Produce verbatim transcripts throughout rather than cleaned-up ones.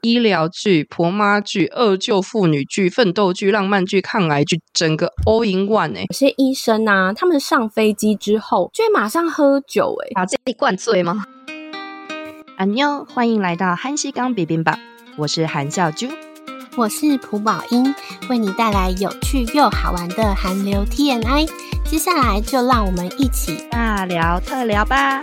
医疗剧、婆妈剧、二舅妇女剧、奋斗剧、浪漫剧、抗癌剧，整个 all in one 欸。 有些医生啊，他们上飞机之后就会马上喝酒欸， 把自己灌醉吗？ 安妞，欢迎来到韩西刚比冰吧，我是韩孝珠， 我是朴宝英，为你带来有趣又好玩的韩流 T M I。 接下来就让我们一起大聊特聊吧。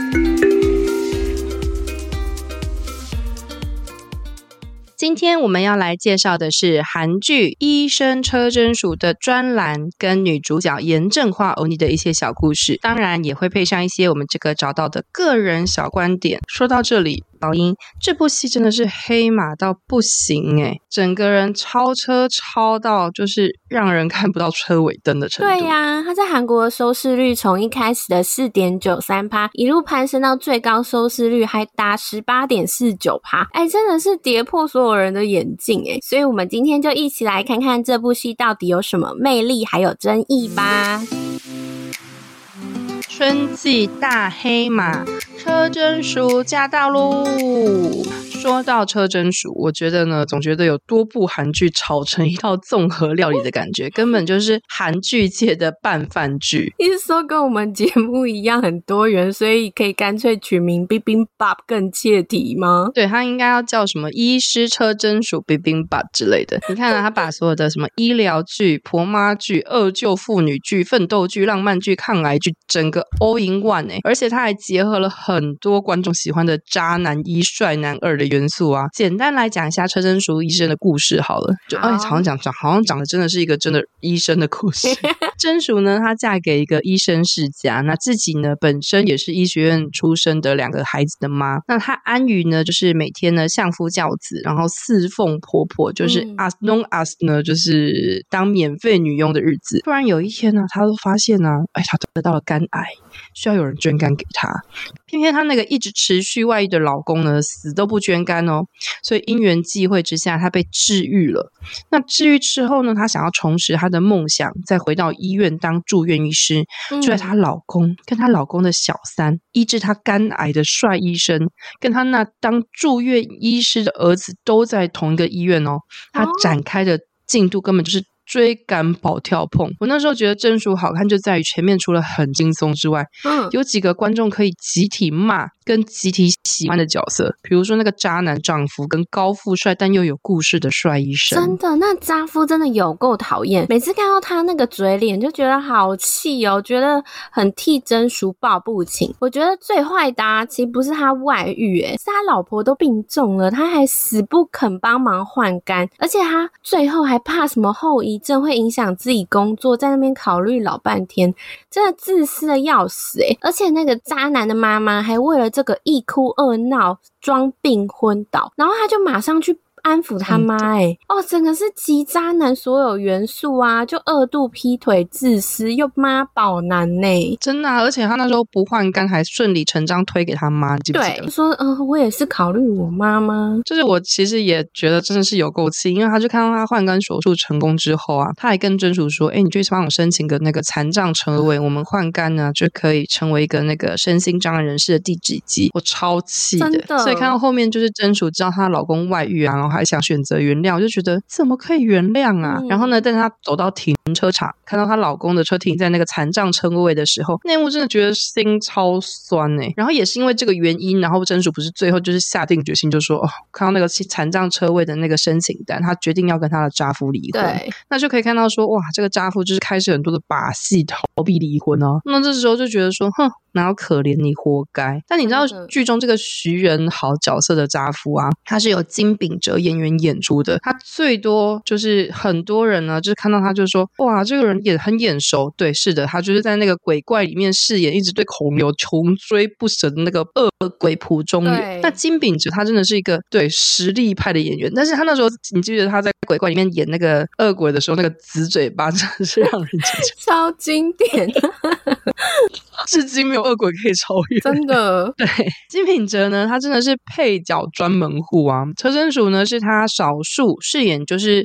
今天我们要来介绍的是韩剧《医生车真淑》的专栏跟女主角严正花欧尼的一些小故事，当然也会配上一些我们这个找到的个人小观点。说到这里，宝英，这部戏真的是黑马到不行诶，整个人超车超到就是让人看不到车尾灯的程度。 对呀、啊，他在韩国的收视率从一开始的 百分之四点九三 一路攀升到最高收视率还达 百分之十八点四九， 哎，真的是跌破所有人的眼镜诶。所以我们今天就一起来看看这部戏到底有什么魅力还有争议吧。 春季大黑马车真淑驾到喽！说到车真淑，我觉得呢，总觉得有多部韩剧炒成一道综合料理的感觉，根本就是韩剧界的拌饭剧。 你是说跟我们节目一样很多元，所以可以干脆取名 Bibimbap 更切题吗？ 对，它应该要叫什么医师车真淑 Bibimbap 之类的。你看啊，他把所有的什么医疗剧、婆妈剧、二舅妇女剧、奋斗剧、浪漫剧、抗癌剧，整个 all in one 欸，而且他还结合了很多观众喜欢的渣男一、帅男二的元素啊。简单来讲一下车真淑医生的故事好了，就哎，好像讲讲好像讲的真的是一个真的医生的故事。真淑呢，她嫁给一个医生世家，那自己呢本身也是医学院出身的两个孩子的妈。那她安于呢，就是每天呢相夫教子，然后侍奉婆婆，就是 as long as 呢，就是当免费女佣的日子。突然有一天呢，她就发现呢，哎，她得到了肝癌，需要有人捐肝给她。偏偏她那个一直持续外遇的老公呢，死都不捐肝哦，所以因缘际会之下，她被治愈了。那治愈之后呢，她想要重拾她的梦想，再回到医院当住院医师。就在她老公跟她老公的小三医治她肝癌的帅医生，跟她那当住院医师的儿子都在同一个医院哦，她展开的进度根本就是追赶跑跳碰。我那时候觉得真淑好看就在于前面除了很轻松之外，嗯，有几个观众可以集体骂跟集体喜欢的角色，比如说那个渣男丈夫跟高富帅但又有故事的帅医生。 真的，那渣夫真的有够讨厌，每次看到他那个嘴脸就觉得好气哦，觉得很替真淑抱不平。我觉得最坏的啊，其实不是他外遇，诶，是他老婆都病重了，他还死不肯帮忙换肝，而且他最后还怕什么后遗症会影响自己工作，在那边考虑老半天，真的自私的要死诶。而且那个渣男的妈妈还为了这个一哭二闹装病昏倒，然后他就马上去安抚他妈欸，哦，整个是集渣男所有元素啊，就二度劈腿、自私又妈宝男呢， 真的啊，而且他那时候不换肝还顺理成章推给他妈，记不记得？ 对，就说嗯、呃，我也是考虑我妈妈。 就是我其实也觉得真的是有够气，因为他就看到他换肝手术成功之后啊，他还跟真淑说，哎，你去帮我申请个那个残障车位，我们换肝呢就可以成为一个那个身心障碍人士的第几级。我超气的， 真的。 所以看到后面就是真淑知道她老公外遇啊，然后还想选择原谅，我就觉得怎么可以原谅啊、嗯、然后呢但是她走到停车场看到她老公的车停在那个残障车位的时候，那一幕真的觉得心超酸欸。然后也是因为这个原因，然后真淑不是最后就是下定决心就说，哦，看到那个残障车位的那个申请单，她决定要跟她的渣夫离婚。 对， 那就可以看到说，哇，这个渣夫就是开始很多的把戏逃避离婚哦。那这时候就觉得说，哼，哪有可怜你活该。但你知道剧中这个徐仁豪角色的渣夫啊，他是由金秉哲演员演出的，他最多就是很多人呢就是看到他就说，哇，这个人也很眼熟。对，是的，他就是在那个鬼怪里面饰演一直对孔刘穷追不舍的那个恶鬼蒲中原。那金秉哲他真的是一个对实力派的演员，但是他那时候你记得他在鬼怪里面演那个恶鬼的时候，那个紫嘴巴真的是让人觉得超经典至今没有恶鬼可以超越， 真的。 对，金秉哲呢他真的是配角专门户啊。车真淑呢是他少数饰演就是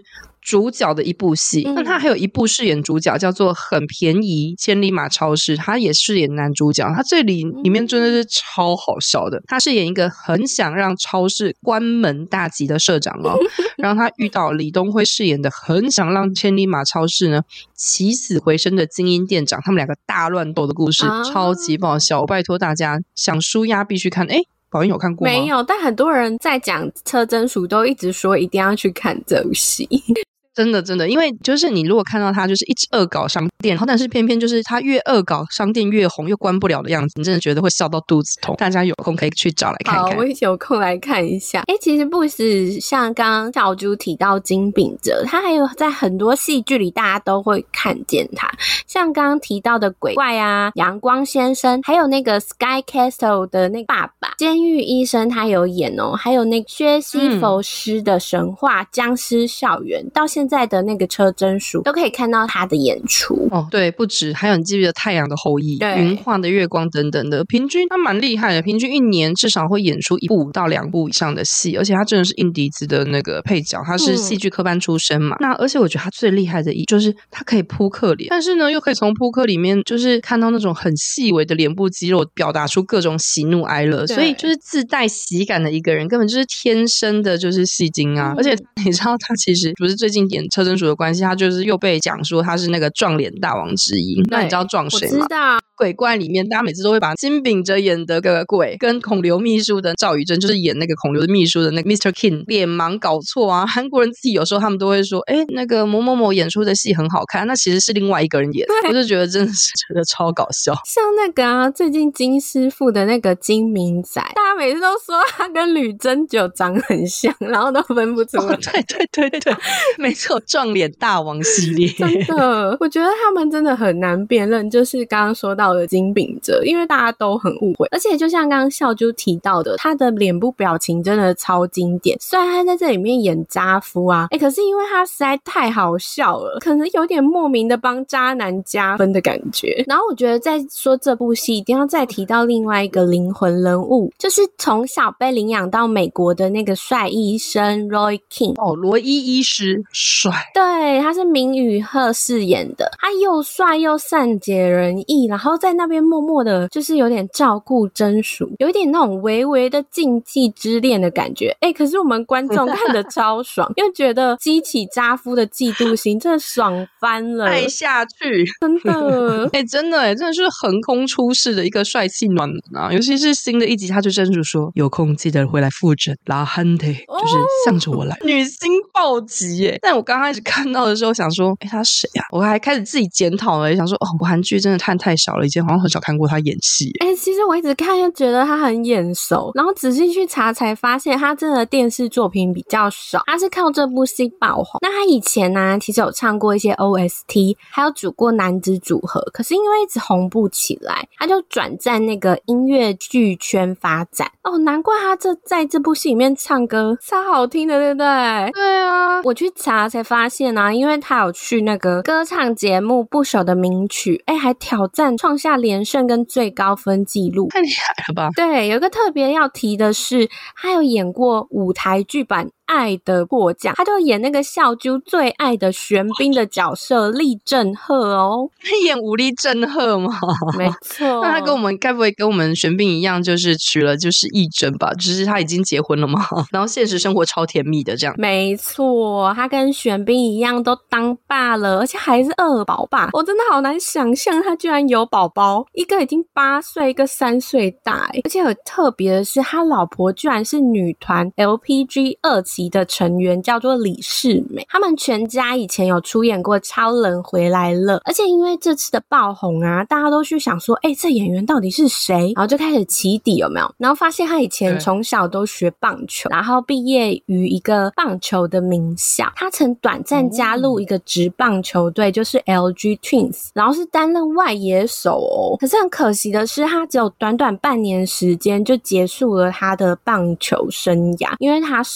主角的一部戏、嗯、那他还有一部饰演主角叫做很便宜千里马超市，他也饰演男主角，他这里里面真的是超好笑的，他饰演一个很想让超市关门大吉的社长哦，然后他遇到李东辉饰演的很想让千里马超市呢起死回生的精英店长，他们两个大乱斗的故事、啊、超级爆笑，拜托大家想舒压必须看。诶宝英有看过吗？ 没有，但很多人在讲车真淑都一直说一定要去看这部戏。 真的真的，因为就是你如果看到他就是一直恶搞商店，然后但是偏偏就是他越恶搞商店越红又关不了的样子，你真的觉得会笑到肚子痛。大家有空可以去找来看看。 好，我有空来看一下。诶其实不止像刚刚小猪提到金秉哲，他还有在很多戏剧里大家都会看见他，像刚刚提到的鬼怪啊、阳光先生，还有那个 Sky Castle 的那个爸爸监狱医生他有演哦，还有那个薛西弗斯的神话、嗯、僵尸校园，到现在的那个车真淑都可以看到他的演出哦。对，不止，还有你记不记得太阳的后裔、云画的月光等等的，平均他蛮厉害的，平均一年至少会演出一部到两部以上的戏，而且他真的是硬笛子的那个配角，他是戏剧科班出身嘛、嗯、那而且我觉得他最厉害的一就是他可以扑克脸，但是呢又可以从扑克里面就是看到那种很细微的脸部肌肉，表达出各种喜怒哀乐，所以就是自带喜感的一个人，根本就是天生的就是戏精啊、嗯、而且你知道他其实不是最近演车真淑的关系，他就是又被讲说他是那个撞脸大王之一。那你知道撞谁吗？ 我知道， 鬼怪里面大家每次都会把金秉哲演的个鬼跟孔刘秘书的赵宇珍，就是演那个孔刘的秘书的那个 mister King 脸盲搞错啊，韩国人自己有时候他们都会说诶那个某某某演出的戏很好看，那其实是另外一个人演，我就觉得真的是觉得超搞笑。 像那个啊最近金师傅的那个金明仔，大家每次都说他跟吕珍九长很像，然后都分不出来、哦、 对对对对没错，撞脸大王系列真的我觉得他们真的很难辨认，就是刚刚说到的金秉哲，因为大家都很误会，而且就像刚刚笑猪提到的，他的脸部表情真的超经典，虽然他在这里面演渣夫啊，诶可是因为他实在太好笑了，可能有点莫名的帮渣男加分的感觉。然后我觉得在说这部戏一定要再提到另外一个灵魂人物，就是从小被领养到美国的那个帅医生 Roy King。 哦，罗伊医师帅， 对，他是明宇赫饰演的，他又帅又善解人意，然后在那边默默的就是有点照顾真淑，有一点那种微微的禁忌之恋的感觉。诶可是我们观众看得超爽又觉得激起渣夫的嫉妒心，真的爽翻了， 爱下去真的诶真的诶真的是横空出世的一个帅气暖男啊！尤其是新的一集他就真主说有空记得回来复诊拉汉的，就是向着我来、哦、女星暴击耶。但我刚开始看到的时候想说诶他谁啊，我还开始自己检讨了，想说哦，我韩剧真的看太少了，以前好像很少看过他演戏。 诶其实我一直看就觉得他很眼熟，然后仔细去查才发现他真的电视作品比较少，他是靠这部戏爆红。那他以前呢、啊、其实有唱过一些 O S T， 还有组过男子组合，可是因为一直红不起来，他就转战那个音乐剧圈发展。哦，难怪他这在这部戏里面唱歌超好听的，对不对？ 对啊， 我去查才发现啊，因为他有去那个歌唱节目不朽的名曲，诶还挑战创下连胜跟最高分纪录， 太厉害了吧。 对，有一个特别要提的是他有演过舞台剧版爱的迫降，他就演那个笑猪最爱的玄彬的角色厉正赫哦。 他演武力正赫吗？ 没错。 那他跟我们该不会跟我们玄彬一样就是娶了就是义珍吧，只是他已经结婚了吗？然后现实生活超甜蜜的这样。 没错，他跟玄彬一样都当爸了，而且还是二宝爸。我真的好难想象他居然有宝宝，一个已经八岁一个三岁大，而且很特别的是他老婆居然是女团 L P G 二期的成员，叫做李世美。他们全家以前有出演过超人回来了，而且因为这次的爆红啊，大家都去想说诶这演员到底是谁，然后就开始起底有没有，然后发现他以前从小都学棒球，然后毕业于一个棒球的名校，他曾短暂加入一个职棒球队，就是 L G Twins， 然后是担任外野手哦。可是很可惜的是他只有短短半年时间就结束了他的棒球生涯，因为他受伤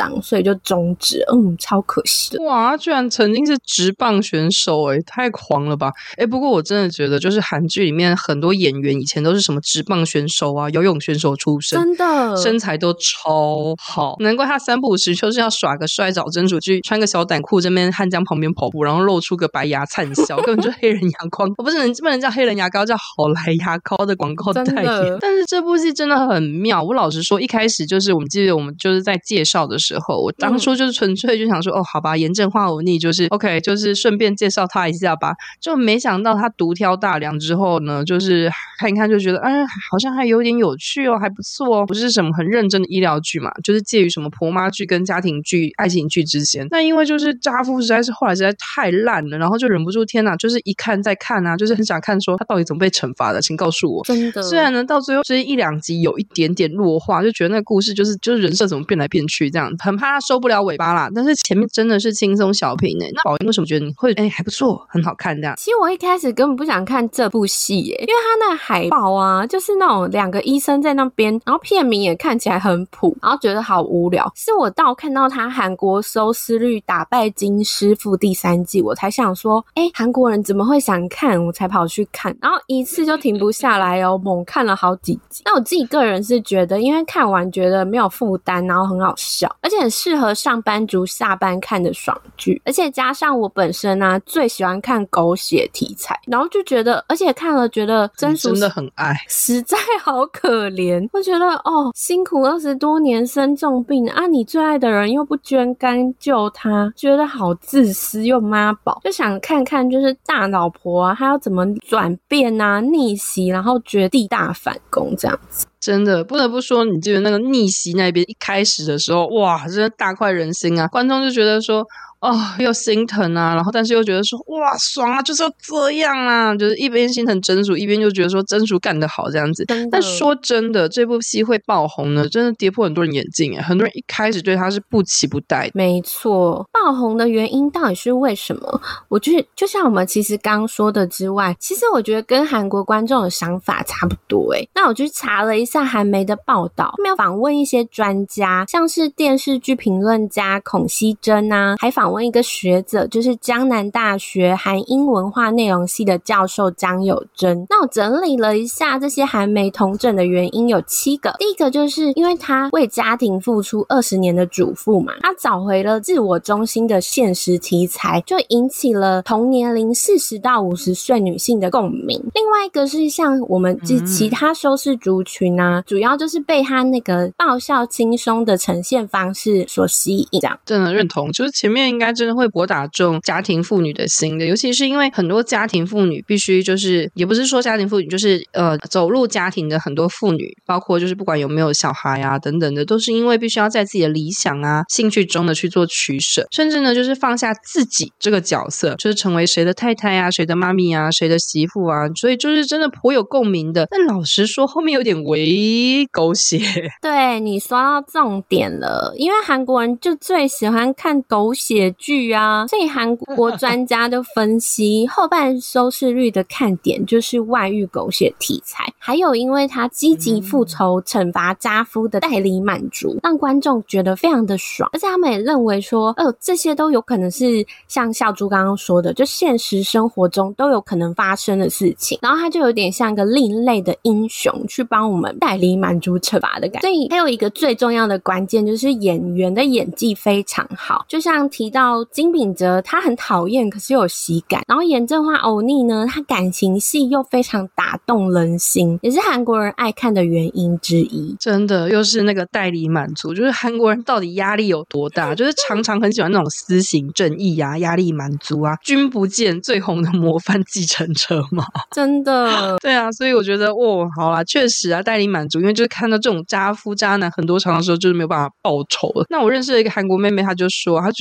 伤，所以就终止了。嗯，超可惜的。 哇，他居然曾经是职棒选手诶，太狂了吧。诶，不过我真的觉得就是韩剧里面很多演员以前都是什么职棒选手啊游泳选手出身， 真的身材都超好，难怪他三不五时就是要耍个帅找真主去穿个小短裤这边汉江旁边跑步，然后露出个白牙灿笑，根本就黑人牙膏，我不是能不能叫黑人牙膏，叫好来牙膏的广告代言。但是这部戏真的很妙，我老实说一开始就是我们记得我们就是在介绍的时候，我当初就是纯粹就想说、嗯、哦好吧，严正化忤逆就是 OK， 就是顺便介绍他一下吧，就没想到他独挑大梁之后呢，就是看一看就觉得哎，好像还有点有趣哦，还不错哦，不是什么很认真的医疗剧嘛，就是介于什么婆妈剧跟家庭剧爱情剧之间。那因为就是渣夫实在是后来实在太烂了，然后就忍不住天哪，就是一看再看啊，就是很想看说他到底怎么被惩罚的，请告诉我。 真的， 虽然呢到最后这一两集有一点点弱化，就觉得那个故事就是就是人设怎么变来变去这样，很怕他收不了尾巴啦，但是前面真的是轻松小品耶。那宝英为什么觉得你会哎还不错很好看这样？ 其实我一开始根本不想看这部戏耶，因为他那个海报啊就是那种两个医生在那边，然后片名也看起来很普，然后觉得好无聊。是我到看到他韩国收视率打败金师傅第三季，我才想说诶韩国人怎么会想看，我才跑去看，然后一次就停不下来哦，猛看了好几集。那我自己个人是觉得因为看完觉得没有负担，然后很好笑，而且很适合上班族下班看的爽剧，而且加上我本身啊最喜欢看狗血题材，然后就觉得而且看了觉得真属真的很爱， 实在好可怜。我觉得哦辛苦二十多年生重病啊，你最爱的人又不捐肝救他，觉得好自私又妈宝，就想看看就是大老婆啊她要怎么转变啊逆袭，然后绝地大反攻这样子。 真的不得不说，你记得那个逆袭那边一开始的时候，哇真的大快人心啊，观众就觉得说哦又心疼啊，然后但是又觉得说哇爽啊，就是要这样啊，就是一边心疼真主，一边就觉得说真主干得好这样子。但说真的这部戏会爆红呢，真的跌破很多人眼镜耶，很多人一开始对他是不期不待的。 没错，爆红的原因到底是为什么？我觉得就像我们其实刚说的之外，其实我觉得跟韩国观众的想法差不多耶。那我去查了一下韩媒的报道，他们有访问一些专家，像是电视剧评论家孔熙珍啊，还访问一个学者，就是江南大学韩英文化内容系的教授张友珍。那我整理了一下这些韩媒同诊的原因有七个。第一个就是因为他为家庭付出二十年的主妇嘛，他找回了自我中心的现实题材，就引起了同年龄四十到五十岁女性的共鸣。另外一个是像我们其他收视族群啊、嗯、主要就是被他那个爆笑轻松的呈现方式所吸引。这样真的认同，就是前面应该真的会博打中家庭妇女的心的，尤其是因为很多家庭妇女必须就是也不是说家庭妇女，就是呃走入家庭的很多妇女，包括就是不管有没有小孩啊等等的，都是因为必须要在自己的理想啊兴趣中的去做取舍，甚至呢就是放下自己这个角色，就是成为谁的太太啊谁的妈咪啊谁的媳妇啊，所以就是真的颇有共鸣的。但老实说后面有点微狗血。 对，你说到重点了，因为韩国人就最喜欢看狗血剧啊，所以韩国专家就分析后半收视率的看点就是外遇狗血题材，还有因为他积极复仇惩罚渣夫的代理满足，让观众觉得非常的爽。而且他们也认为说呃，这些都有可能是像孝珠刚刚说的，就现实生活中都有可能发生的事情，然后他就有点像一个另类的英雄去帮我们代理满足惩罚的感觉。所以还有一个最重要的关键就是演员的演技非常好，就像提到金秉哲他很讨厌可是又有喜感，然后严正化欧尼呢他感情戏又非常打动人心，也是韩国人爱看的原因之一。 真的又是那个代理满足，就是韩国人到底压力有多大，就是常常很喜欢那种私刑正义啊压力满足啊，君不见最红的模范计程车嘛。 真的对啊，所以我觉得哦好啦，确实啊代理满足，因为就是看到这种渣夫渣男很多常常时候就是没有办法报仇了。那我认识了一个韩国妹妹，她就说她觉得说这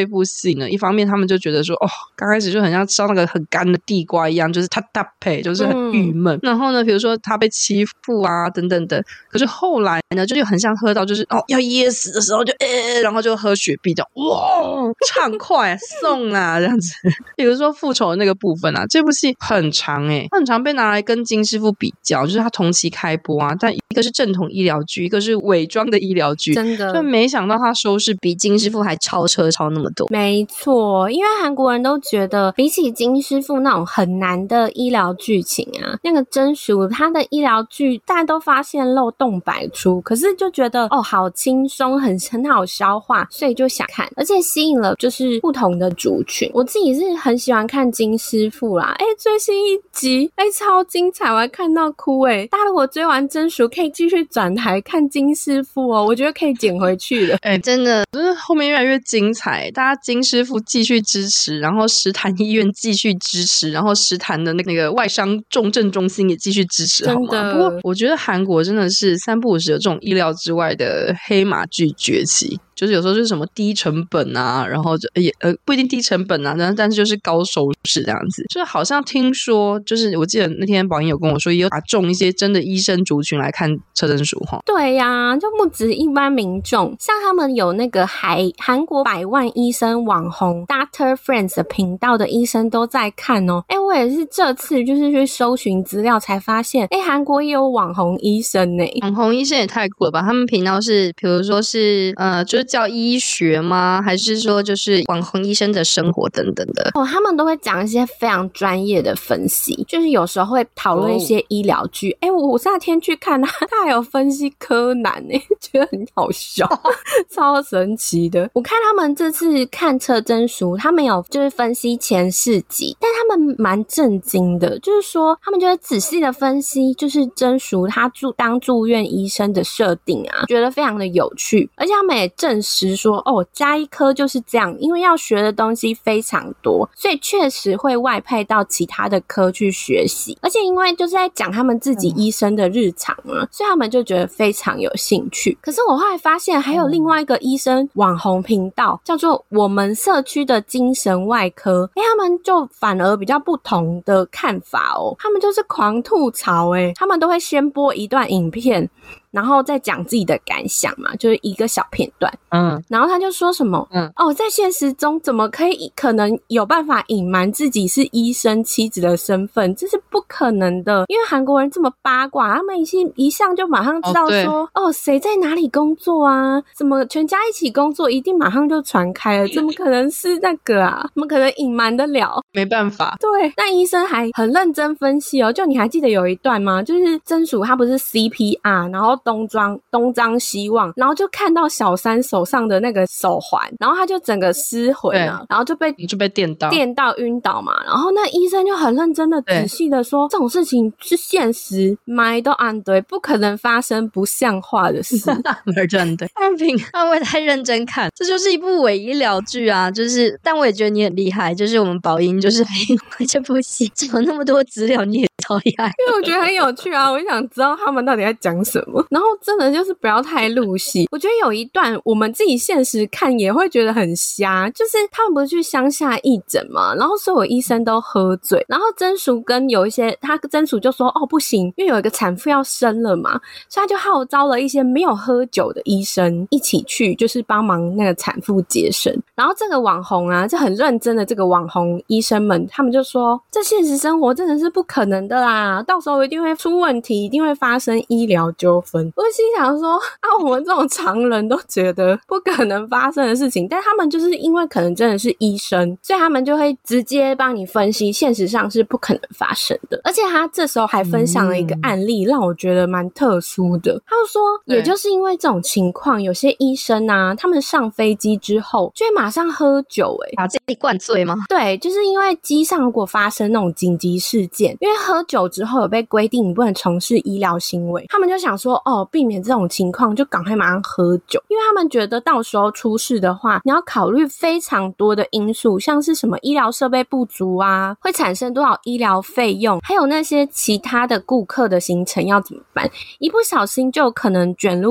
部戏呢，一方面他们就觉得说哦，刚开始就很像吃到那个很干的地瓜一样，就是他他配就是很郁闷、嗯、然后呢比如说他被欺负啊等等的，可是后来呢就很像喝到就是哦要噎死的时候就诶、欸、然后就喝雪碧，就哇畅快送啊这样子。比如说复仇的那个部分啊，这部戏很长诶、欸、很常被拿来跟金师傅比较，就是他同期开播啊，但一个是正统医疗剧，一个是伪装的医疗剧， 真的就没想到他收视比金师傅还超车超那么多。 没错，因为韩国人都觉得比起金师傅那种很难的医疗剧情啊，那个真淑他的医疗剧大家都发现漏洞百出，可是就觉得哦好轻松，很很好消化，所以就想看，而且吸引了就是不同的族群。我自己是很喜欢看金师傅啦，诶最新一集诶超精彩，我还看到哭诶。大家如果追完真淑可以继续转台看金师傅哦，我觉得可以捡回去的。 诶真的就是后面越来越精彩，大家金师傅继续支持，然后石潭医院继续支持，然后石潭的那个外伤重症中心也继续支持， 真的。 不过我觉得韩国真的是三不五时有这种意料之外的黑马剧崛起，就是有时候就是什么低成本啊，然后就也呃不一定低成本啊，但但是就是高收视这样子。就是好像听说，就是我记得那天宝英有跟我说，也有打中一些真的医生族群来看车真淑哈。 对呀、啊，就不止一般民众，像他们有那个韩韩国百万医生网红 Doctor Friends 的频道的医生都在看哦。哎，我也是这次就是去搜寻资料才发现，哎，韩国也有网红医生呢。 网红医生也太酷了吧！他们频道是，比如说是呃，就是叫医学吗？还是说就是网红医生的生活等等的？ 哦，他们都会讲一些非常专业的分析，就是有时候会讨论一些医疗剧。哎、oh. ，我那天去看他，他还有分析柯南诶，觉得很好笑，超神奇的。我看他们这次看车真淑，他们有就是分析前四集，但他们蛮震惊的，就是说他们就会仔细的分析，就是真淑他住当住院医生的设定啊，觉得非常的有趣，而且他们也证实说，哦，加医科就是这样，因为要学的东西非常多，所以确实会外派到其他的科去学习，而且因为就是在讲他们自己医生的日常啊、嗯、所以他们就觉得非常有兴趣。可是我后来发现还有另外一个医生网红频道叫做我们社区的精神外科，诶他们就反而比较不同的看法哦，他们就是狂吐槽诶，他们都会先播一段影片，然后再讲自己的感想嘛，就是一个小片段，嗯，然后他就说什么，嗯，哦，在现实中怎么可以可能有办法隐瞒自己是医生妻子的身份，这是不可能的，因为韩国人这么八卦，他们一一向就马上知道说，哦，谁、哦、在哪里工作啊，怎么全家一起工作，一定马上就传开了，怎么可能是那个啊，怎么可能隐瞒得了？ 没办法。 对，那医生还很认真分析哦，就你还记得有一段吗？就是真淑他不是 C P R， 然后东张东张西望，然后就看到小三手上的那个手环，然后他就整个失魂了，然后就被就被电到电到晕倒嘛，然后那医生就很认真的仔细的说，这种事情是现实买都安对，不可能发生不像话的事。 真的安平他会太认真看，这就是一部伪医疗剧啊，就是但我也觉得你很厉害，就是我们宝英就是因为这部戏找那么多资料，你也超厉害， 因为我觉得很有趣啊，我就想知道他们到底在讲什么，然后真的就是不要太入戏。我觉得有一段我们自己现实看也会觉得很瞎，就是他们不是去乡下义诊嘛，然后所有医生都喝醉，然后真淑跟有一些他真淑就说，哦不行，因为有一个产妇要生了嘛，所以他就号召了一些没有喝酒的医生一起去，就是帮忙那个产妇接生。然后这个网红啊，这很认真的这个网红医生们，他们就说，这现实生活真的是不可能的啦，到时候一定会出问题，一定会发生医疗纠纷。我心想说，啊，我们这种常人都觉得不可能发生的事情，但他们就是因为可能真的是医生，所以他们就会直接帮你分析现实上是不可能发生的。而且他这时候还分享了一个案例、嗯、让我觉得蛮特殊的，他就说也就是因为这种情况，有些医生啊，他们上飞机之后就会马上喝酒、欸、 把自己灌醉吗？ 对，就是因为机上如果发生那种紧急事件，因为喝酒之后有被规定你不能从事医疗行为，他们就想说，哦，避免这种情况就赶快马上喝酒，因为他们觉得到时候出事的话，你要考虑非常多的因素，像是什么医疗设备不足啊，会产生多少医疗费用，还有那些其他的顾客的行程要怎么办，一不小心就可能卷入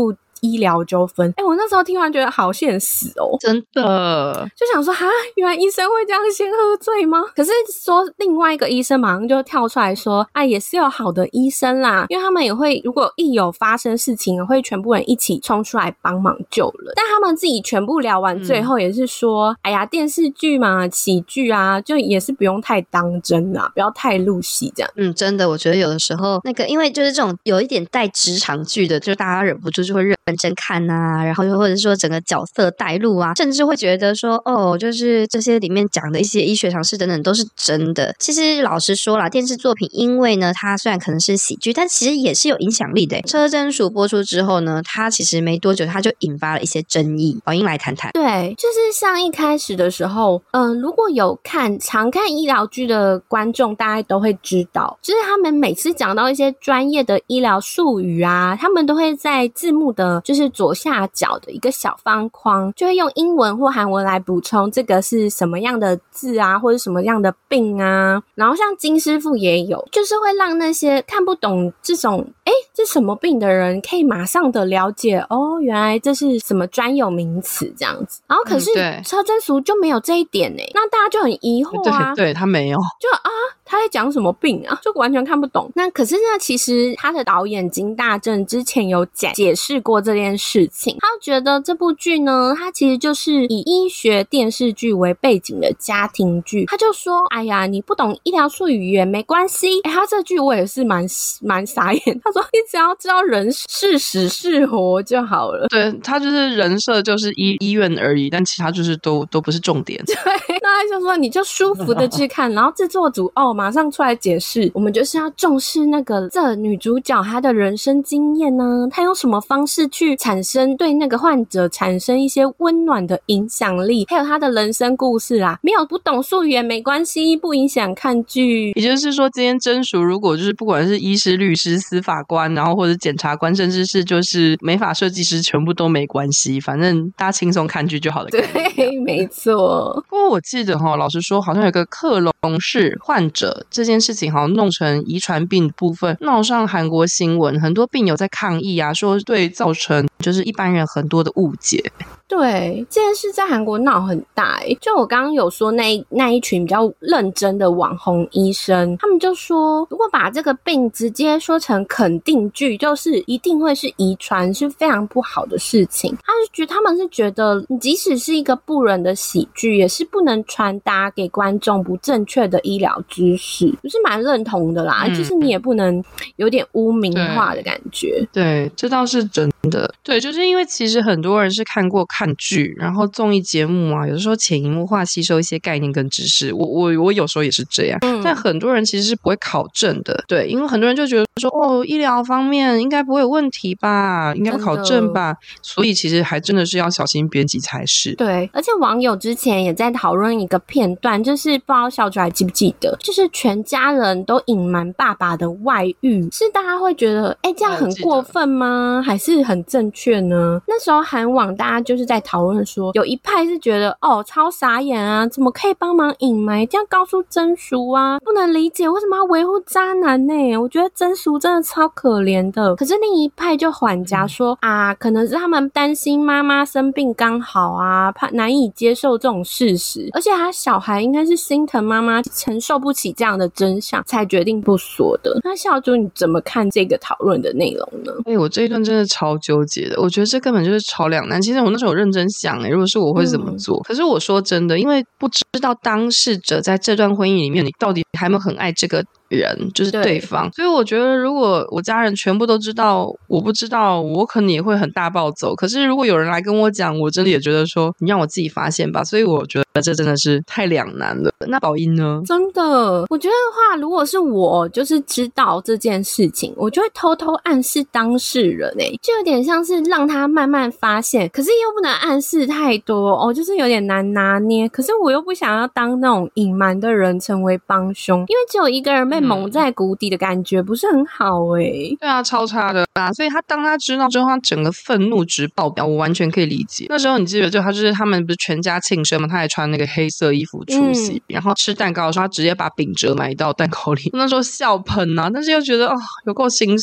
医疗纠纷。哎，我那时候听完觉得好现实哦， 真的就想说哈，原来医生会这样先喝醉吗？可是说另外一个医生马上就跳出来说啊，也是有好的医生啦，因为他们也会如果一有发生事情会全部人一起冲出来帮忙救人。但他们自己全部聊完最后也是说、嗯、哎呀电视剧嘛喜剧啊就也是不用太当真啦，不要太入戏这样。 嗯，真的我觉得有的时候那个因为就是这种有一点带职场剧的，就是大家忍不住就会认真看啊，然后又或者说整个角色带入啊，甚至会觉得说哦就是这些里面讲的一些医学常识等等都是真的。其实老实说啦，电视作品因为呢它虽然可能是喜剧，但其实也是有影响力的。车真淑播出之后呢，它其实没多久它就引发了一些争议。宝英来谈谈。 对，就是像一开始的时候嗯、呃，如果有看常看医疗剧的观众大概都会知道，就是他们每次讲到一些专业的医疗术语啊，他们都会在字幕的就是左下角的一个小方框就会用英文或韩文来补充这个是什么样的字啊，或者什么样的病啊。然后像金师傅也有，就是会让那些看不懂这种诶这什么病的人可以马上的了解哦，原来这是什么专有名词这样子。然后可是车真淑就没有这一点诶，那大家就很疑惑啊。 对对，他没有， 就啊他在讲什么病啊，就完全看不懂。那可是呢其实他的导演金大正之前有解解释过这件事情，他觉得这部剧呢它其实就是以医学电视剧为背景的家庭剧。他就说哎呀你不懂医疗术语也没关系。哎，他这句我也是蛮蛮傻眼，他说你只要知道人是死是活就好了。 对，他就是人设就是医医院而已，但其他就是都都不是重点。 对，那他就说你就舒服的去看然后制作组哦马上出来解释，我们就是要重视那个这女主角她的人生经验呢，她用什么方式去产生对那个患者产生一些温暖的影响力，还有她的人生故事啦。没有不懂术语也没关系，不影响看剧。 也就是说今天真淑如果就是不管是医师律师司法官然后或者检察官甚至是就是美发设计师全部都没关系，反正大家轻松看剧就好了。 对没错。 不过我记得齁老实说好像有个克隆氏患者这件事情好像弄成遗传病部分闹上韩国新闻，很多病友在抗议啊，说对造成就是一般人很多的误解。 对，这件事在韩国闹很大诶，就我刚刚有说那那一群比较认真的网红医生，他们就说如果把这个病直接说成肯定句，就是一定会是遗传，是非常不好的事情。他是觉得他们是觉得即使是一个不仁的喜剧也是不能传达给观众不正确的医疗知识，就是蛮认同的啦、嗯、就是你也不能有点污名化的感觉。 对, 对这倒是真的。对，就是因为其实很多人是看过看剧然后综艺节目啊，有的时候潜移默化吸收一些概念跟知识，我我我有时候也是这样、嗯、但很多人其实是不会考证的。对，因为很多人就觉得说哦医疗方面应该不会有问题吧，应该不考证吧，所以其实还真的是要小心编辑才是。 对，而且网友之前也在讨论一个片段，就是不知道小主还记不记得，就是全家人都隐瞒爸爸的外遇，是大家会觉得哎这样很过分吗？还是很正确呢？那时候韩网大家就是在讨论说，有一派是觉得哦超傻眼啊，怎么可以帮忙隐瞒，这样告诉真淑啊，不能理解为什么要维护渣男呢？我觉得真淑真的超可怜的。可是另一派就缓颊说、嗯、啊可能是他们担心妈妈生病刚好啊，怕难以接受这种事实，而且他小孩应该是心疼妈妈承受不起这样的真相才决定不说的。那校主你怎么看这个讨论的内容呢？ 哎、欸，我这一段真的超纠结的，我觉得这根本就是超两难。其实我那时候有认真想、欸、如果是我会怎么做、嗯、可是我说真的，因为不知道当事者在这段婚姻里面你到底还没有很爱这个人，就是对方，对，所以我觉得如果我家人全部都知道我不知道，我可能也会很大暴走。可是如果有人来跟我讲，我真的也觉得说你让我自己发现吧，所以我觉得这真的是太两难了。那宝英呢？ 真的我觉得的话，如果是我就是知道这件事情，我就会偷偷暗示当事人欸，就有点像是让他慢慢发现，可是又不能暗示太多哦，就是有点难拿捏。可是我又不想要当那种隐瞒的人成为帮凶，因为只有一个人被蒙在鼓底的感觉不是很好欸、嗯、 对啊，超差的啊。所以他当他知道之后，他整个愤怒值爆表，我完全可以理解。那时候你记得就他就是他们不是全家庆生嘛，他还穿那个黑色衣服出席、嗯、然后吃蛋糕的时候他直接把饼折埋到蛋糕里，那时候笑喷啊，但是又觉得哦有够心酸啊。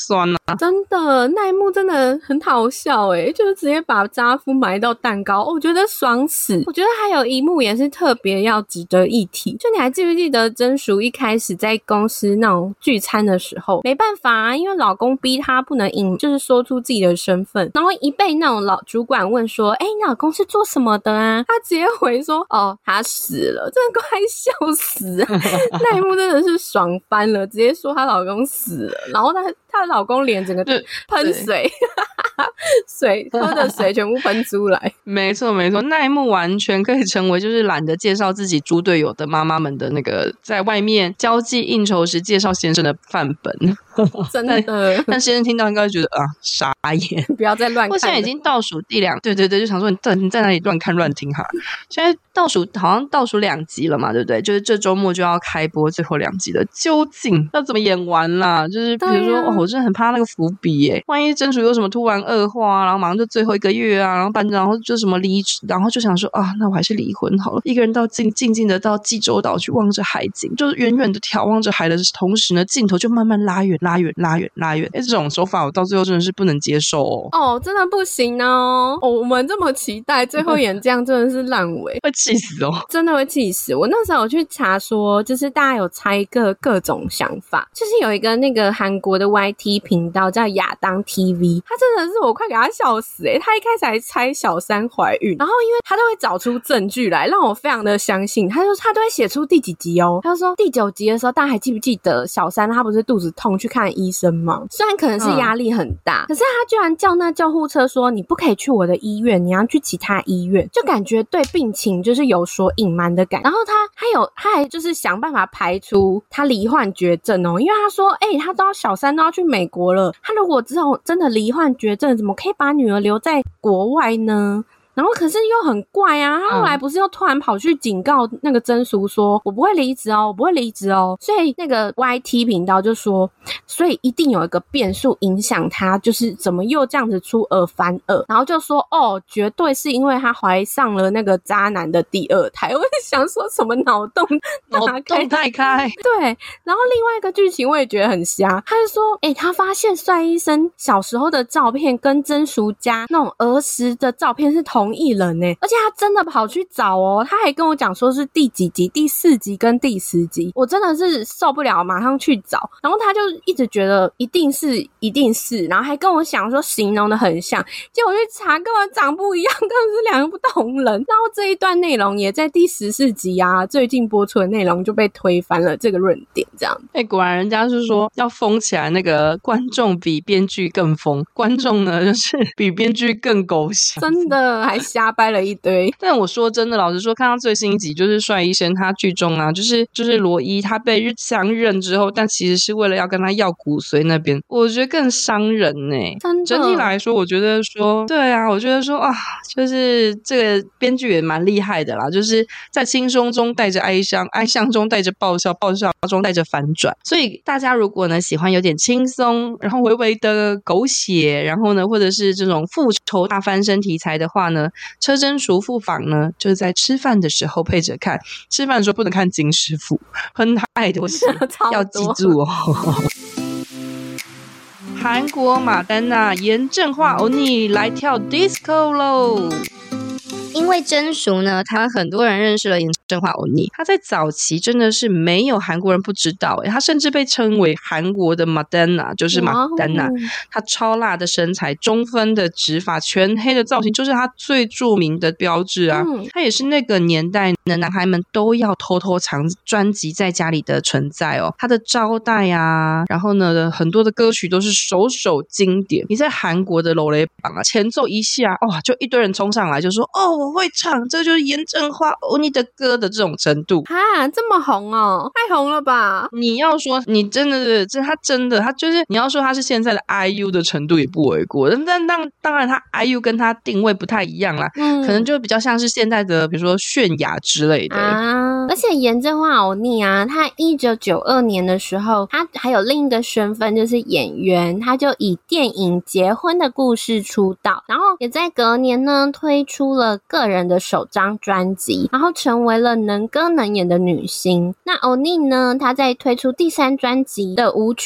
真的那一幕真的很好笑诶、欸、就是直接把渣夫埋到蛋糕，我觉得爽死。我觉得还有一幕也是特别要值得一提，就你还记不记得真淑一开始在公司那种聚餐的时候，没办法啊，因为老公逼她不能隐，就是说出自己的身份，然后一被那种老主管问说诶、欸、你老公是做什么的啊，她直接回说哦他死了，真的快笑死了那一幕真的是爽翻了，直接说她老公死了，然后她她老公脸整个喷水水喝的水全部喷出来没错没错，那一幕完全可以成为就是懒得介绍自己猪队友的妈妈们的那个在外面交际应酬时介绍先生的范本真的但, 但先生听到应该会觉得啊傻眼， 不要再乱看了。 我现在已经倒数第两，对对对，就想说你你在哪里乱看乱听哈。现在倒数好像倒数两集了嘛，对不对？就是这周末就要开播最后两集了，究竟要怎么演完啦？就是比如说、啊哦、我真的很怕那个伏笔耶，万一真属有什么突然恶化，然后马上就最后一个月啊，然后办然后就什么离然后就想说啊，那我还是离婚好了，一个人到静静静的到济州岛去望着海景，就是远远的眺望着海的同时呢，镜头就慢慢拉远拉远拉远拉远。哎，这种手法我到最后真的是不能接受哦。 哦，真的不行哦。哦，我们这么期待，最后演这样真的是烂尾， 会气死哦，真的会气死。我那时候有去查说，就是大家有猜个各种想法，就是有一个那个韩国的 Y T 频道叫亚当 T V， 他真的是我快给他笑死诶、欸、他一开始还猜小三怀孕，然后因为他都会找出证据来，让我非常的相信。他说他都会写出第几集哦，他就说第九集的时候，大家还记不记得小三他不是肚子痛去看医生吗？虽然可能是压力很大、嗯、可是他居然叫那救护车说你不可以去我的医院，你要去其他医院，就感觉对病情就是有所隐瞒的感觉。然后他还有他还就是想办法排除他罹患绝症哦，因为他说哎、欸，他都要小三都要去美国了，他如果之后真的罹患绝症，怎么可以把女儿留在国外呢？然后可是又很怪啊，他后来不是又突然跑去警告那个真淑说、嗯、我不会离职哦，我不会离职哦。所以那个 Y T 频道就说，所以一定有一个变数影响他，就是怎么又这样子出尔反尔，然后就说哦，绝对是因为他怀上了那个渣男的第二胎。我就想说什么脑洞脑洞太开。 对，然后另外一个剧情我也觉得很瞎，他就说诶他发现帅医生小时候的照片跟真淑家那种儿时的照片是同同一人耶，而且他真的跑去找哦，他还跟我讲说是第几集，第四集跟第十集，我真的是受不了，马上去找。然后他就一直觉得一定是一定是，然后还跟我讲说形容的很像，结果我去查根本长不一样，根本是两个不同人。然后这一段内容也在第十四集啊，最近播出的内容就被推翻了这个论点，这样。 哎、欸，果然人家是说要疯起来，那个观众比编剧更疯，观众呢就是比编剧更狗血， 真的还瞎掰了一堆。 但我说真的，老实说，看到最新一集就是帅医生他剧中啊，就是就是罗伊他被相认之后，但其实是为了要跟他要骨髓那边，我觉得更伤人呢、欸。 真的， 整体来说，我觉得说，对啊，我觉得说啊，就是这个编剧也蛮厉害的啦，就是在轻松中带着哀伤，哀伤中带着爆笑，爆笑中带着反转。所以大家如果呢喜欢有点轻松，然后微微的狗血，然后呢或者是这种复仇大翻身题材的话呢，车真淑妇访呢就是在吃饭的时候配着看，吃饭的时候不能看金师傅，很爱多戏要记住哦。韩国马丹娜严正化欧尼来跳 disco 咯。 因为真淑呢，台湾很多人认识了严正化欧尼， 他在早期真的是没有韩国人不知道，他甚至被称为韩国的马丹娜，就是马丹娜。他超辣的身材，中分的直发，全黑的造型，就是他最著名的标志啊。嗯、他也是那个年代的男孩们都要偷偷藏专辑在家里的存在哦。他的招待啊，然后呢，很多的歌曲都是首首经典。你在韩国的楼雷榜啊，前奏一下，哇、哦，就一堆人冲上来就说，哦。我会唱，这就是严正化欧尼的歌的这种程度啊，这么红哦，太红了吧？ 你要说你真的是，这他真的，他就是你要说他是现在的 I U 的程度也不为过，但当当然他 I U 跟他定位不太一样啦，嗯、可能就比较像是现在的比如说泫雅之类的啊。而且严正化欧尼啊，他一九九二年的时候，他还有另一个身份就是演员，他就以电影《结婚的故事》出道，然后也在隔年呢推出了个人的首张专辑，然后成为了能歌能演的女星。那欧尼呢，她在推出第三专辑的舞曲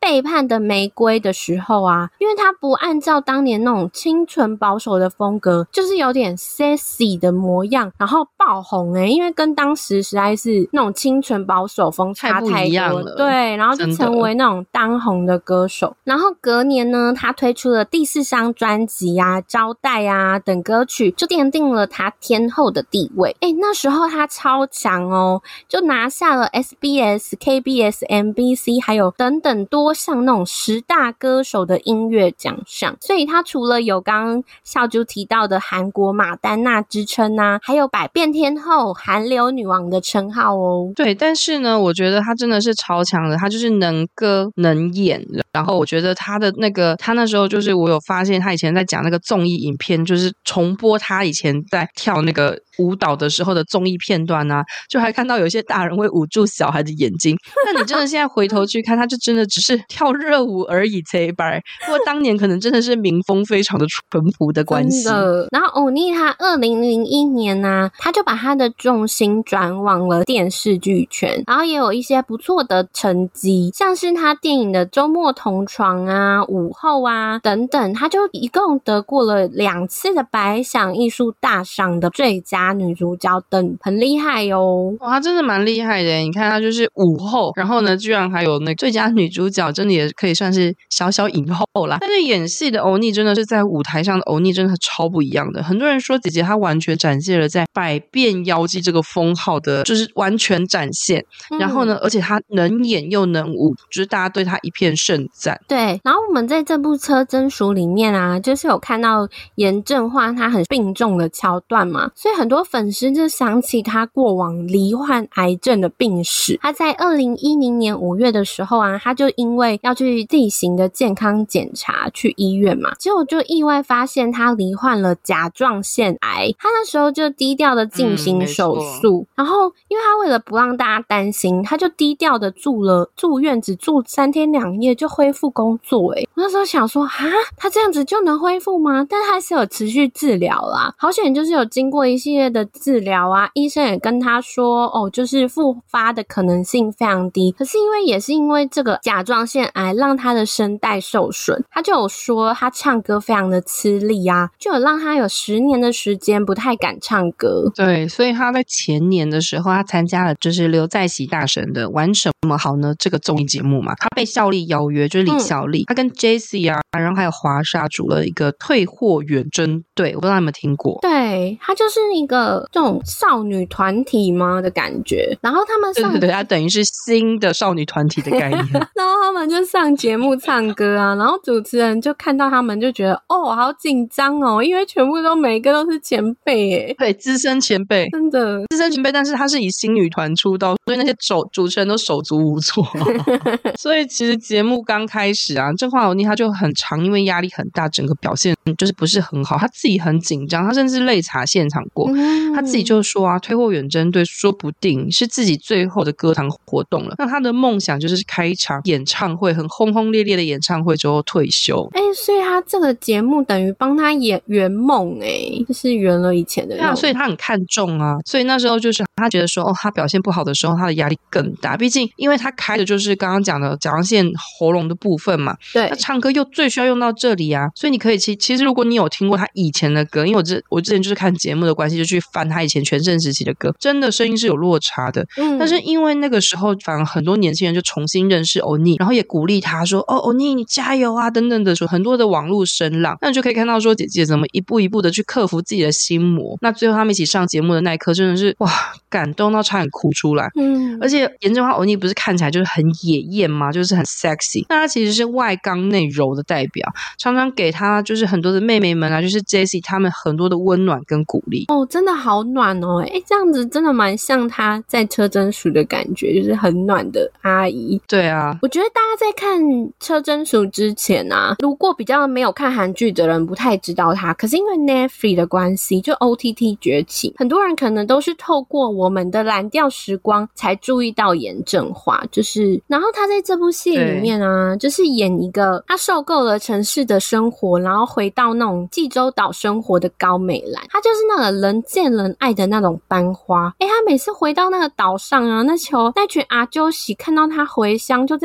背叛的玫瑰的时候啊，因为他不按照当年那种清纯保守的风格，就是有点 sexy 的模样，然后爆红诶、欸、因为跟当时实在是那种清纯保守风差太多， 太不一样了， 对，然后就成为那种当红的歌手。然后隔年呢，他推出了第四张专辑啊，招待啊等歌曲，就奠定了他天后的地位。诶，那时候他超强哦，就拿下了 S B S、K B S、M B C 还有等等多项那种十大歌手的音乐奖项。所以他除了有刚刚小啾提到的韩国马丹娜之称啊，还有百变天后、韩流女王的称号哦。 对，但是呢，我觉得他真的是超强的，他就是能歌能演。然后我觉得他的那个，他那时候就是我有发现他以前在讲那个综艺影片，就是重播他以前在跳那个舞蹈的时候的综艺片段啊，就还看到有些大人会捂住小孩的眼睛。那你真的现在回头去看，他就真的只是跳热舞而已，这一拜。不过当年可能真的是民风非常的淳朴的关系。 真的。然后欧尼他二零零一年啊，他就把他的重心转往了电视剧圈，然后也有一些不错的成绩，像是他电影的周末同床啊、午后啊等等，他就一共得过了两次的百想艺术大赏的最佳女主角等，很厉害哦。 哇，他真的蛮厉害的，你看他就是舞后，然后呢居然还有那最佳女主角，真的也可以算是小小影后啦。但是演戏的欧尼真的是在舞台上的欧尼真的超不一样的，很多人说姐姐她完全展现了在百变妖姬这个封号的就是完全展现、嗯、然后呢而且她能演又能舞，就是大家对她一片盛赞。 对，然后我们在这部车真淑里面啊，就是有看到严正化她很病重的桥段嘛，所以很多粉丝就想起她过往罹患癌症的病史。她在二零一零年五月的时候啊，她就因为要去例行的健康检查去医院嘛，结果就意外发现她罹患了甲状腺癌。她那时候就低调的进行手术、嗯、然后因为她为了不让大家担心，她就低调的住了住院，只住三天两夜就恢复工作。诶，我那时候想说哈，她这样子就能恢复吗？但还是有持续治疗啦，好险就是有经过一系列的治疗啊，医生也跟她说哦，就是复发的可能性非常低。可是因为也是因为这个甲状腺癌让她的声带受损，她就有说她唱歌非常的吃力啊，就有让她有十年的时间不太敢唱歌。 对，所以她在前年的时候她参加了就是刘在熙大神的玩什么好呢这个综艺节目嘛，她被孝利邀约，就是李孝利、嗯、她跟 J C 啊然后还有华莎组了一个退货远征队，我不知道你们听过。 对，她就是一个这种少女团体吗的感觉，然后他们上对对对，她等于是新的少女团体的概念然后他们就上节目唱歌啊，然后主持人就看到他们就觉得哦好紧张哦，因为全部都每一个都是前辈耶， 对，资深前辈， 真的资深前辈，但是他是以新女团出道，所以那些手主持人都手足无措所以其实节目刚开始啊，郑化欧尼他就很常因为压力很大，整个表现就是不是很好，他自己很紧张，他甚至泪洒现场过、嗯、他自己就说啊，退货远征队说不定是自己最后的歌坛活动了，那他的梦想就是开一场演唱会，很轰轰烈烈的演唱会之后退休。 哎、欸，所以他这个节目等于帮他演圆梦，哎，就是圆了以前的那种。 对啊，所以他很看重啊，所以那时候就是他觉得说，哦，他表现不好的时候，他的压力更大，毕竟因为他开的就是刚刚讲的甲状腺喉咙的部分嘛， 对， 他唱歌又最需要用到这里啊，所以你可以其其实如果你有听过他以前的歌，因为我之我之前就是看节目的关系，就去翻他以前全盛时期的歌，真的声音是有落差的。嗯，但是因为那个时候反而很多年轻人就重新认识欧尼，然后也鼓励他说，哦，欧尼你加油啊等等的，说很多的网络声浪，那你就可以看到说姐姐怎么一步一步的去克服自己的心魔。那最后他们一起上节目的那一刻，真的是哇，感动到差点哭出来。嗯，而且严正化欧尼不是看起来就是很野艳吗？就是很 sexy， 那他其实是外刚内柔的代表，常常给他就是很多的妹妹们啊，就是 Jessie 他们很多的温暖跟鼓励。 哦，真的好暖哦，诶，这样子真的蛮像他在车真淑的感觉，就是很暖的阿姨。 对啊， 我觉得大家在看车真淑之前啊，如果比较没有看韩剧的人不太知道他，可是因为 Netflix 的关系，就 O T T 崛起，很多人可能都是透过我们的蓝调时光才注意到严正化，就是然后他在这部戏里面啊，就是演一个他受够了城市的生活，然后回到那种济州岛生活的高美兰，他就是那个人见人爱的那种班花。诶，他每次回到那个岛上啊，那球那群阿啾喜看到他回乡，就这样哦，跟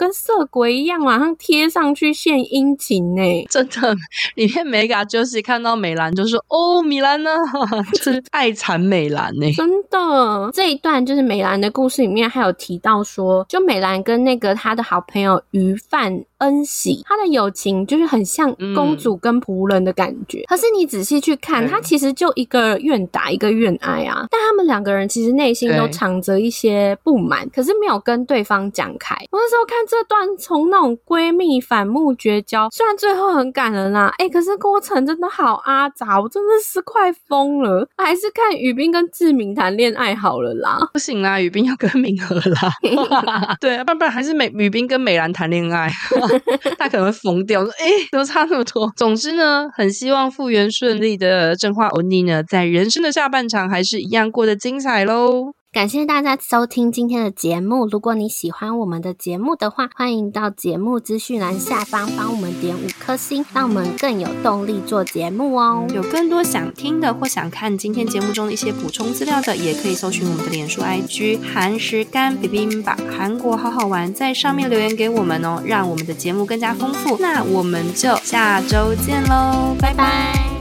跟色鬼一样，马上贴上去献殷勤呢。 真的，里面梅嘎就是看到美兰就说：“哦，米兰呢，是爱惨美兰呢。” 真的，这一段就是美兰的故事里面还有提到说，就美兰跟那个她的好朋友于范恩喜，她的友情就是很像公主跟仆人的感觉。嗯、可是你仔细去看，她其实就一个愿打一个愿挨啊，但他们两个人其实内心都藏着一些不满，可是没有跟对方讲开。我那时候看这段，从那种闺蜜反目绝交，虽然最后很感人啦，哎、欸，可是过程真的好阿杂，我真的是快疯了。还是看宇彬跟志明谈恋爱好了啦。 不行啦，宇彬要跟敏和啦。对，不然还是美宇彬跟美兰谈恋爱，他可能会疯掉。说，哎、欸，怎么差那么多？总之呢，很希望复原顺利的正话欧尼呢，在人生的下半场还是一样过得精彩咯。 感谢大家收听今天的节目，如果你喜欢我们的节目的话，欢迎到节目资讯栏下方帮我们点五颗星，让我们更有动力做节目哦。 有更多想听的或想看今天节目中的一些补充资料的，也可以搜寻我们的脸书 I G 韩食干 bibimbap 韩国好好玩，在上面留言给我们哦，让我们的节目更加丰富。那我们就下周见咯，拜拜。